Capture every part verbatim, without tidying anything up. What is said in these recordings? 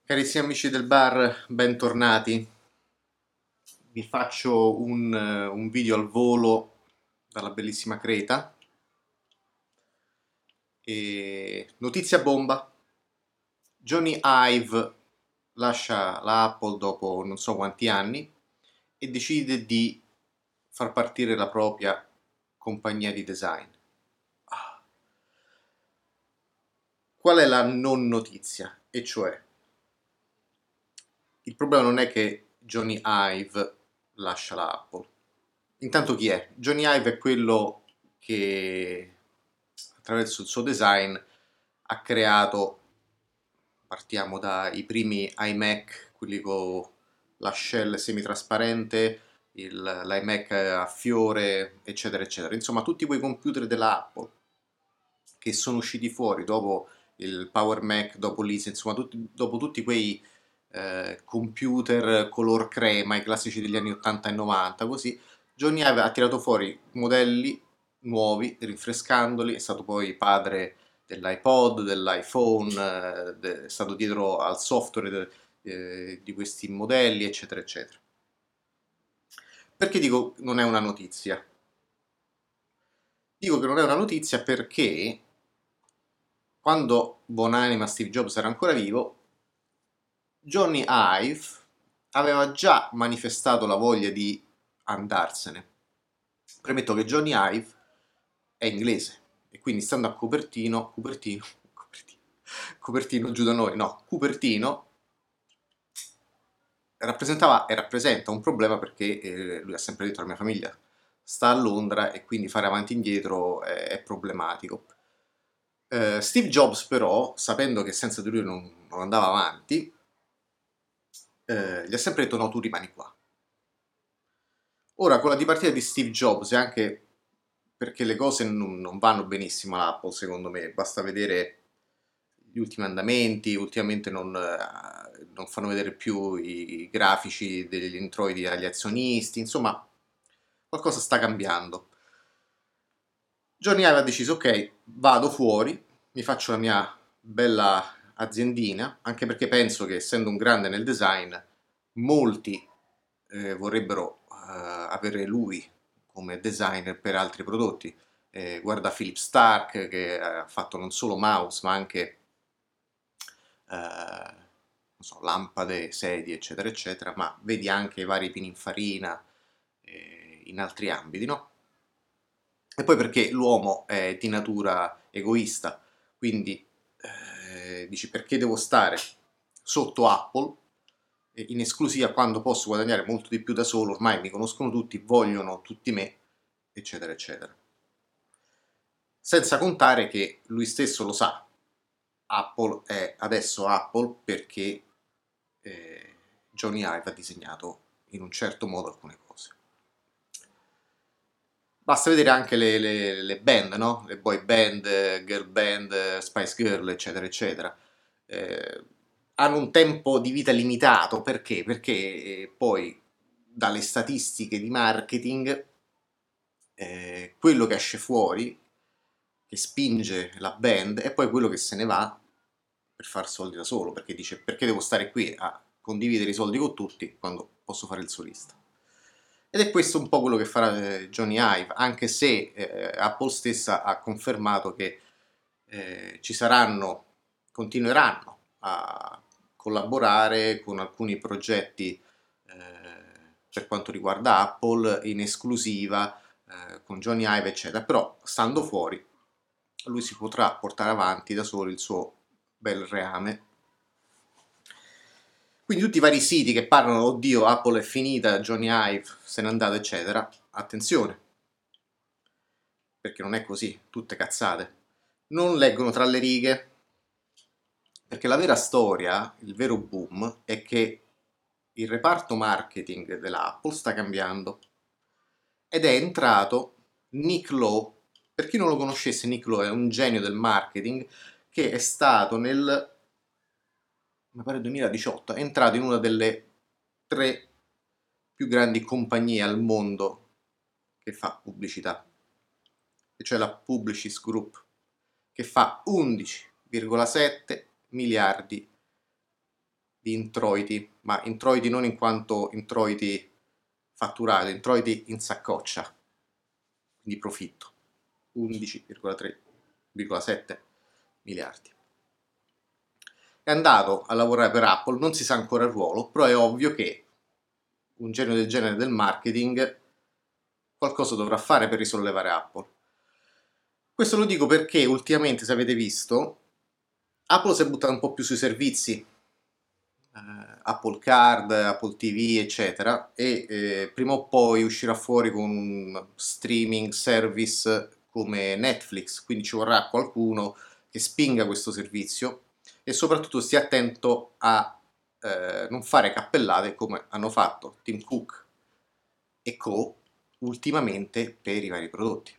Carissimi amici del bar, bentornati. Vi faccio un, eh, un video al volo dalla bellissima Creta. E notizia bomba: Johnny Ive lascia la Apple dopo non so quanti anni e decide di far partire la propria compagnia di design. Ah. Qual è la non notizia? E cioè, il problema non è che Johnny Ive lascia la Apple. Intanto chi è? Johnny Ive è quello che attraverso il suo design ha creato, partiamo dai primi iMac, quelli con la shell semitrasparente, il, l'iMac a fiore, eccetera, eccetera. Insomma, tutti quei computer della Apple che sono usciti fuori dopo il Power Mac, dopo l'I S E, insomma, tutti, dopo tutti quei eh, computer color crema, i classici degli anni ottanta e novanta, così, Johnny Ive ha tirato fuori modelli nuovi, rinfrescandoli, è stato poi padre dell'iPod, dell'iPhone, eh, de- è stato dietro al software de- eh, di questi modelli, eccetera, eccetera. Perché dico non è una notizia? Dico che non è una notizia perché quando buonanima Steve Jobs era ancora vivo, Johnny Ive aveva già manifestato la voglia di andarsene. Premetto che Johnny Ive è inglese e quindi stando a Cupertino, Cupertino, Cupertino, Cupertino giù da noi, no, Cupertino rappresentava e rappresenta un problema perché eh, lui ha sempre detto alla mia famiglia sta a Londra e quindi fare avanti e indietro è, è problematico. Eh, Steve Jobs però, sapendo che senza di lui non, non andava avanti, eh, gli ha sempre detto no, tu rimani qua. Ora, con la dipartita di Steve Jobs, e anche perché le cose non, non vanno benissimo all'Apple, secondo me, basta vedere gli ultimi andamenti, ultimamente non, eh, non fanno vedere più i, i grafici degli introiti agli azionisti, insomma, qualcosa sta cambiando. Johnny Ive ha deciso, ok, vado fuori, mi faccio la mia bella aziendina, anche perché penso che essendo un grande nel design, molti eh, vorrebbero eh, avere lui come designer per altri prodotti. Eh, guarda Philip Stark che ha fatto non solo mouse ma anche eh, non so, lampade, sedie, eccetera, eccetera, ma vedi anche i vari pininfarina eh, in altri ambiti, no? E poi perché l'uomo è di natura egoista, quindi eh, dici perché devo stare sotto Apple eh, in esclusiva quando posso guadagnare molto di più da solo, ormai mi conoscono tutti, vogliono tutti me, eccetera, eccetera. Senza contare che lui stesso lo sa, Apple è adesso Apple perché eh, Johnny Ive ha disegnato in un certo modo alcune cose. Basta vedere anche le, le- le band, no? Le boy band, eh, girl band, eh, Spice Girl, eccetera, eccetera. Eh, hanno un tempo di vita limitato, perché? Perché eh, poi dalle statistiche di marketing eh, quello che esce fuori, che spinge la band, è poi quello che se ne va per far soldi da solo, perché dice perché devo stare qui a condividere i soldi con tutti quando posso fare il solista. Ed è questo un po' quello che farà eh, Johnny Ive, anche se eh, Apple stessa ha confermato che eh, ci saranno, continueranno a collaborare con alcuni progetti eh, per quanto riguarda Apple in esclusiva eh, con Johnny Ive, eccetera. Però stando fuori, lui si potrà portare avanti da solo il suo bel reame. Quindi tutti i vari siti che parlano, oddio, Apple è finita, Johnny Ive se n'è andato, eccetera. Attenzione, perché non è così, tutte cazzate. Non leggono tra le righe, perché la vera storia, il vero boom, è che il reparto marketing dell'Apple sta cambiando ed è entrato Nick Lowe. Per chi non lo conoscesse, Nick Lowe è un genio del marketing che è stato nel, mi pare duemiladiciotto, è entrato in una delle tre più grandi compagnie al mondo che fa pubblicità, e cioè la Publicis Group, che fa undici virgola sette miliardi di introiti, ma introiti non in quanto introiti fatturati, introiti in saccoccia, quindi profitto, undici virgola tre virgola sette miliardi. È andato a lavorare per Apple, non si sa ancora il ruolo, però è ovvio che un genio del genere del marketing qualcosa dovrà fare per risollevare Apple. Questo lo dico perché ultimamente, se avete visto, Apple si è buttata un po' più sui servizi, eh, Apple Card, Apple T V, eccetera, e eh, prima o poi uscirà fuori con un streaming service come Netflix, quindi ci vorrà qualcuno che spinga questo servizio e soprattutto stia attento a eh, non fare cappellate come hanno fatto Tim Cook e co ultimamente per i vari prodotti.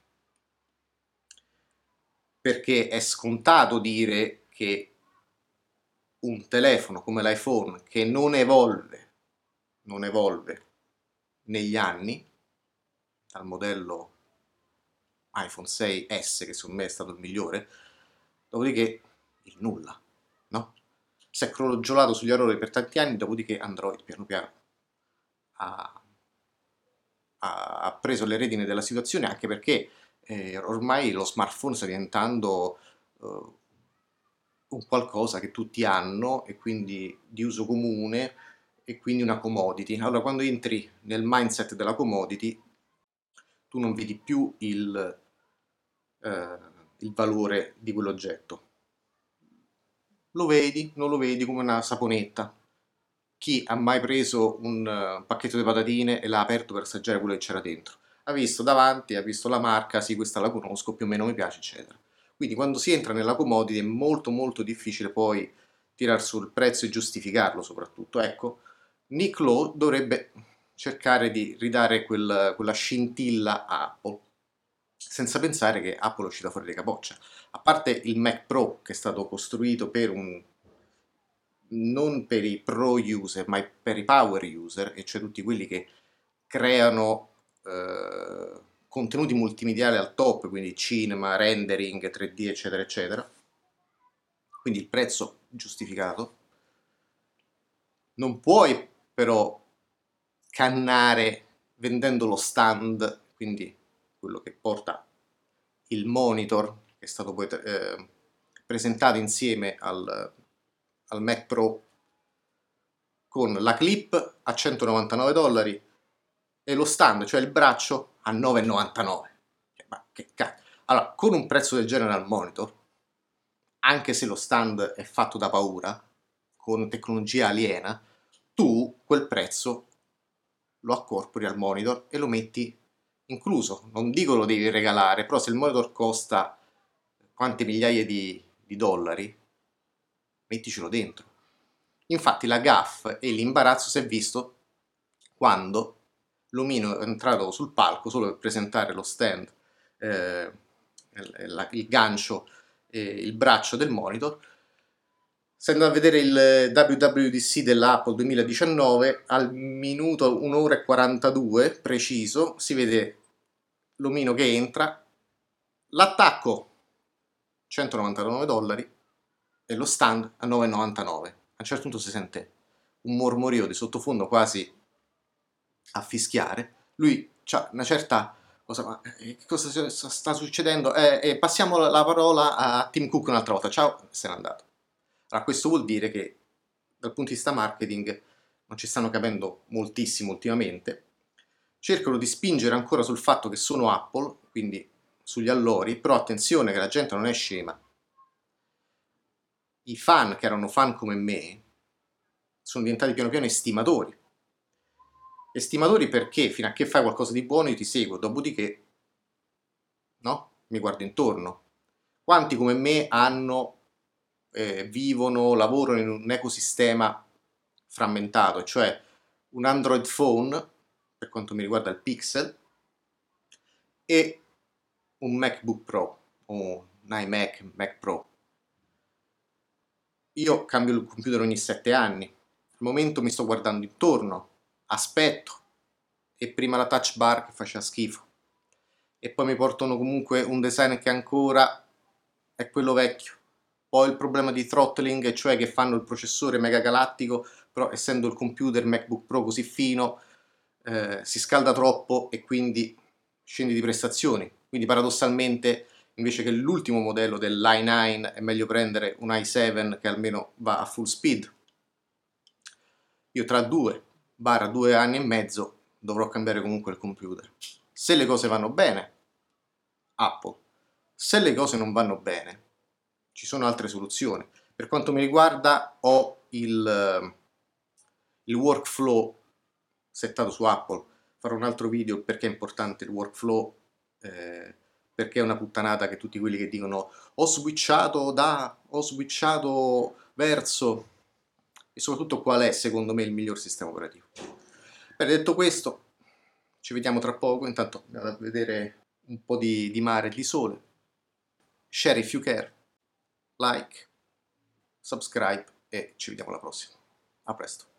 Perché è scontato dire che un telefono come l'iPhone che non evolve, non evolve negli anni, dal modello iPhone sei S che secondo me è stato il migliore, dopodiché il nulla, no? Si è crogiolato sugli errori per tanti anni, dopodiché Android piano piano ha, ha, ha preso le redini della situazione, anche perché eh, ormai lo smartphone sta diventando eh, un qualcosa che tutti hanno e quindi di uso comune e quindi una commodity. Allora, quando entri nel mindset della commodity, tu non vedi più il, eh, il valore di quell'oggetto. Lo vedi, non lo vedi come una saponetta. Chi ha mai preso un uh, pacchetto di patatine e l'ha aperto per assaggiare quello che c'era dentro? Ha visto davanti, ha visto la marca, sì, questa la conosco, più o meno mi piace, eccetera. Quindi quando si entra nella commodity è molto molto difficile poi tirar sul prezzo e giustificarlo soprattutto. Ecco, Nick Lowe dovrebbe cercare di ridare quel- quella scintilla a Apple, senza pensare che Apple è uscita fuori di capoccia. A parte il Mac Pro che è stato costruito per un non per i pro user, ma per i power user, e cioè tutti quelli che creano eh, contenuti multimediali al top, quindi cinema, rendering, tre D, eccetera, eccetera. Quindi il prezzo giustificato. Non puoi però cannare vendendo lo stand, quindi quello che porta il monitor, che è stato poi eh, presentato insieme al, al Mac Pro con la clip a centonovantanove dollari e lo stand, cioè il braccio, a nove e novantanove. Cioè, ma che cazzo? Allora, con un prezzo del genere al monitor, anche se lo stand è fatto da paura, con tecnologia aliena, tu quel prezzo lo accorpori al monitor e lo metti incluso. Non dico lo devi regalare, però se il monitor costa quante migliaia di, di dollari, metticelo dentro. Infatti la gaffe e l'imbarazzo si è visto quando Lumino è entrato sul palco solo per presentare lo stand, eh, il, il gancio e il braccio del monitor. Se andate a vedere il W W D C dell'Apple duemiladiciannove, al minuto un'ora e quarantadue preciso, si vede l'omino che entra, l'attacco centonovantanove dollari e lo stand a nove e novantanove. A un certo punto si sente un mormorio di sottofondo quasi a fischiare. Lui ha una certa cosa, ma eh, che cosa sta succedendo? Eh, eh, passiamo la parola a Tim Cook un'altra volta. Ciao, se n'è andato. Allora, questo vuol dire che dal punto di vista marketing non ci stanno capendo moltissimo ultimamente. Cercano di spingere ancora sul fatto che sono Apple, quindi sugli allori, però attenzione che la gente non è scema. I fan che erano fan come me sono diventati piano piano estimatori. Estimatori perché fino a che fai qualcosa di buono io ti seguo, dopodiché no? Mi guardo intorno. Quanti come me hanno, eh, vivono, lavorano in un ecosistema frammentato, cioè un Android phone, per quanto mi riguarda il Pixel, e un MacBook Pro o un iMac, Mac Pro. Io cambio il computer ogni sette anni. Al momento mi sto guardando intorno, aspetto, e prima la touch bar che faceva schifo. E poi mi portano comunque un design che ancora è quello vecchio. Ho il problema di throttling, cioè che fanno il processore mega galattico, però essendo il computer MacBook Pro così fino, eh, si scalda troppo e quindi scende di prestazioni. Quindi paradossalmente, invece che l'ultimo modello dell'i nove, è meglio prendere un i sette che almeno va a full speed. Io tra due barra due anni e mezzo dovrò cambiare comunque il computer. Se le cose vanno bene, Apple. Se le cose non vanno bene, ci sono altre soluzioni. Per quanto mi riguarda, ho il, il workflow settato su Apple. Farò un altro video perché è importante il workflow, eh, perché è una puttanata che tutti quelli che dicono ho switchato da, ho switchato verso, e soprattutto qual è secondo me il miglior sistema operativo. Bene, detto questo, ci vediamo tra poco. Intanto andiamo a vedere un po' di, di mare e di sole. Share if you care, like, subscribe e ci vediamo alla prossima. A presto.